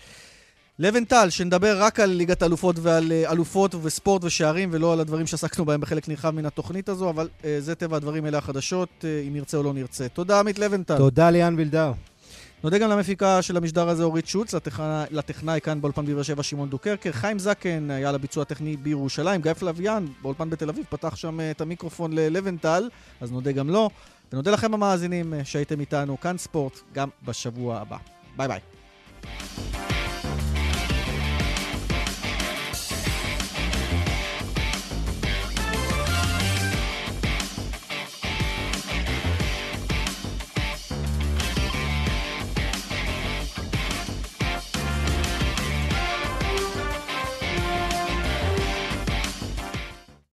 לוינטל, שנדבר רק על ליגת האלופות ועל אלופות וספורט ושערים, ולא על הדברים שעסקנו בהם בחלק נרחב מן התוכנית הזו, אבל זה טבע הדברים, אלה החדשות, אם נרצה או לא נרצה. תודה, עמית לוינטל. תודה, ליאן וילדאו. נודה גם למפיקה של המשדר הזה, אורית שוץ, לטכנאי כאן באולפן בבאר שבע, שמעון דוקרקר, חיים זקן היה לביצוע הטכני בירושלים, גיא פלוויאן באולפן בתל אביב, פתח שם את המיקרופון ללוינטל, אז נודה גם לו, ונודה לכם המאזינים שהייתם איתנו, כאן ספורט, גם בשבוע הבא. ביי ביי.